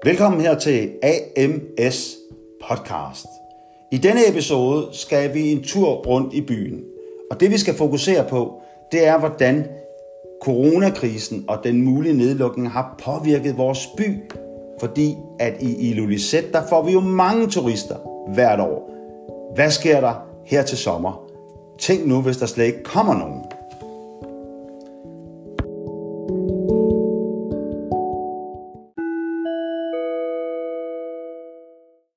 Velkommen her til AMS podcast. I denne episode skal vi en tur rundt i byen. Og det vi skal fokusere på, det er hvordan coronakrisen og den mulige nedlukning har påvirket vores by. Fordi at i Ilulissat, der får vi jo mange turister hvert år. Hvad sker der her til sommer? Tænk nu, hvis der slet ikke kommer nogen.